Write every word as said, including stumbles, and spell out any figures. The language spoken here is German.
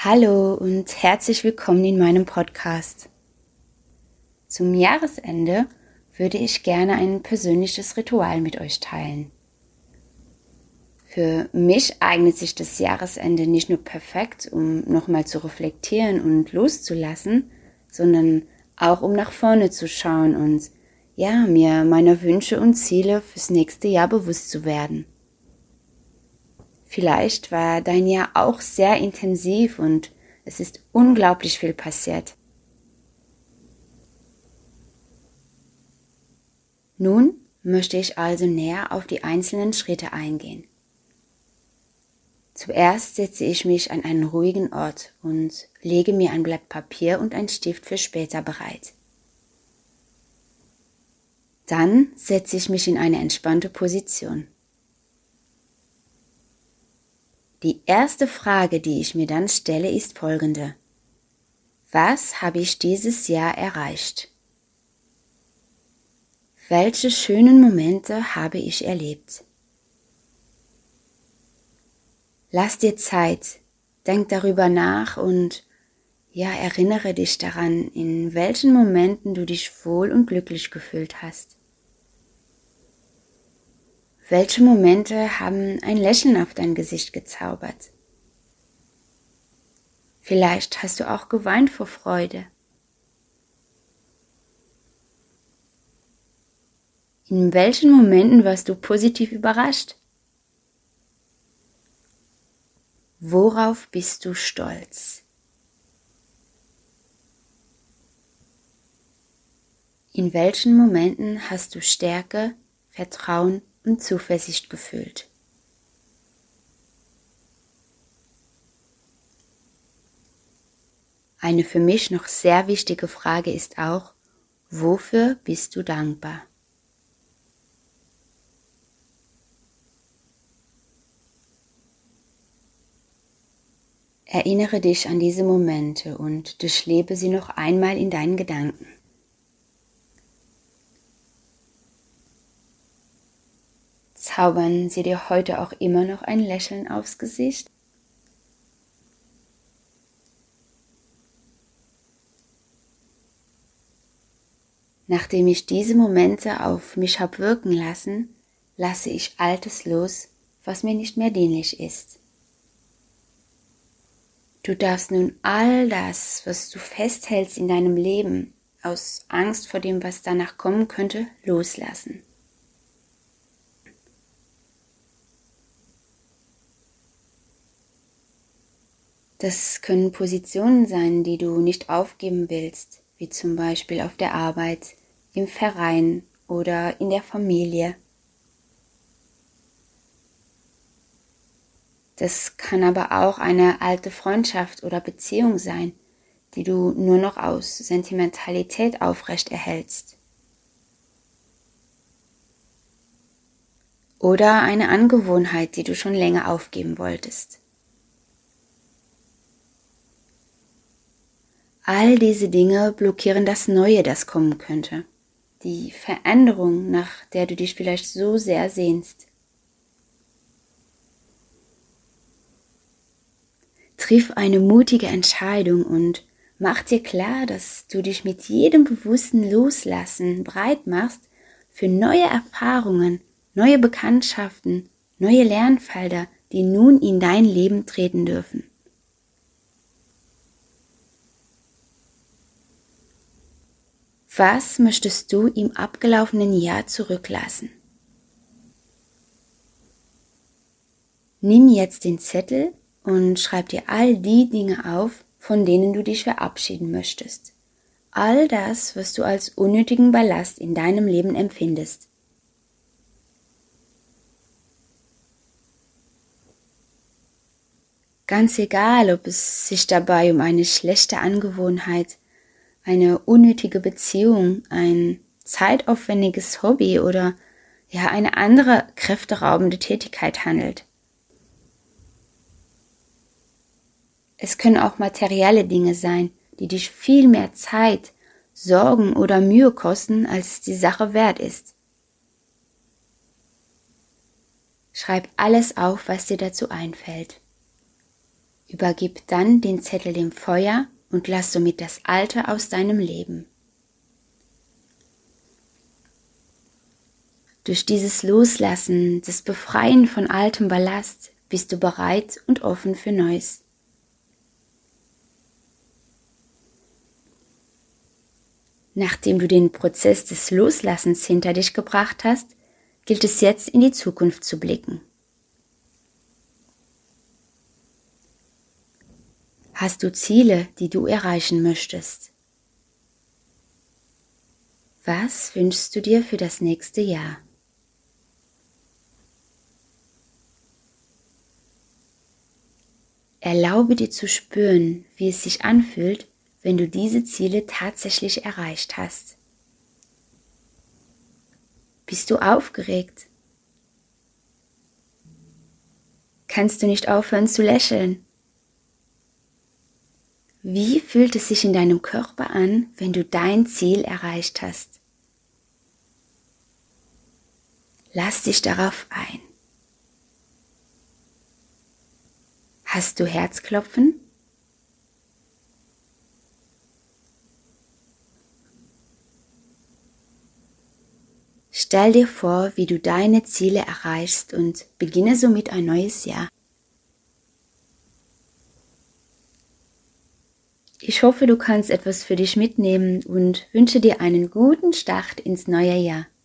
Hallo und herzlich willkommen in meinem Podcast. Zum Jahresende würde ich gerne ein persönliches Ritual mit euch teilen. Für mich eignet sich das Jahresende nicht nur perfekt, um nochmal zu reflektieren und loszulassen, sondern auch um nach vorne zu schauen und ja, mir meiner Wünsche und Ziele fürs nächste Jahr bewusst zu werden. Vielleicht war dein Jahr auch sehr intensiv und es ist unglaublich viel passiert. Nun möchte ich also näher auf die einzelnen Schritte eingehen. Zuerst setze ich mich an einen ruhigen Ort und lege mir ein Blatt Papier und einen Stift für später bereit. Dann setze ich mich in eine entspannte Position. Die erste Frage, die ich mir dann stelle, ist folgende. Was habe ich dieses Jahr erreicht? Welche schönen Momente habe ich erlebt? Lass dir Zeit, denk darüber nach und ja, erinnere dich daran, in welchen Momenten du dich wohl und glücklich gefühlt hast. Welche Momente haben ein Lächeln auf dein Gesicht gezaubert? Vielleicht hast du auch geweint vor Freude. In welchen Momenten warst du positiv überrascht? Worauf bist du stolz? In welchen Momenten hast du Stärke, Vertrauen und Zuversicht gefühlt? Eine für mich noch sehr wichtige Frage ist auch, wofür bist du dankbar? Erinnere dich an diese Momente und durchlebe sie noch einmal in deinen Gedanken. Zaubern sie dir heute auch immer noch ein Lächeln aufs Gesicht? Nachdem ich diese Momente auf mich habe wirken lassen, lasse ich Altes los, was mir nicht mehr dienlich ist. Du darfst nun all das, was du festhältst in deinem Leben, aus Angst vor dem, was danach kommen könnte, loslassen. Das können Positionen sein, die du nicht aufgeben willst, wie zum Beispiel auf der Arbeit, im Verein oder in der Familie. Das kann aber auch eine alte Freundschaft oder Beziehung sein, die du nur noch aus Sentimentalität aufrechterhältst. Oder eine Angewohnheit, die du schon länger aufgeben wolltest. All diese Dinge blockieren das Neue, das kommen könnte. Die Veränderung, nach der du dich vielleicht so sehr sehnst. Triff eine mutige Entscheidung und mach dir klar, dass du dich mit jedem bewussten Loslassen bereit machst für neue Erfahrungen, neue Bekanntschaften, neue Lernfelder, die nun in dein Leben treten dürfen. Was möchtest du im abgelaufenen Jahr zurücklassen? Nimm jetzt den Zettel und schreib dir all die Dinge auf, von denen du dich verabschieden möchtest. All das, was du als unnötigen Ballast in deinem Leben empfindest. Ganz egal, ob es sich dabei um eine schlechte Angewohnheit, eine unnötige Beziehung, ein zeitaufwendiges Hobby oder ja eine andere kräfteraubende Tätigkeit handelt. Es können auch materielle Dinge sein, die dich viel mehr Zeit, Sorgen oder Mühe kosten, als es die Sache wert ist. Schreib alles auf, was dir dazu einfällt. Übergib dann den Zettel dem Feuer und lass somit das Alte aus deinem Leben. Durch dieses Loslassen, das Befreien von altem Ballast, bist du bereit und offen für Neues. Nachdem du den Prozess des Loslassens hinter dich gebracht hast, gilt es jetzt in die Zukunft zu blicken. Hast du Ziele, die du erreichen möchtest? Was wünschst du dir für das nächste Jahr? Erlaube dir zu spüren, wie es sich anfühlt, wenn du diese Ziele tatsächlich erreicht hast. Bist du aufgeregt? Kannst du nicht aufhören zu lächeln? Wie fühlt es sich in deinem Körper an, wenn du dein Ziel erreicht hast? Lass dich darauf ein. Hast du Herzklopfen? Stell dir vor, wie du deine Ziele erreichst und beginne somit ein neues Jahr. Ich hoffe, du kannst etwas für dich mitnehmen und wünsche dir einen guten Start ins neue Jahr.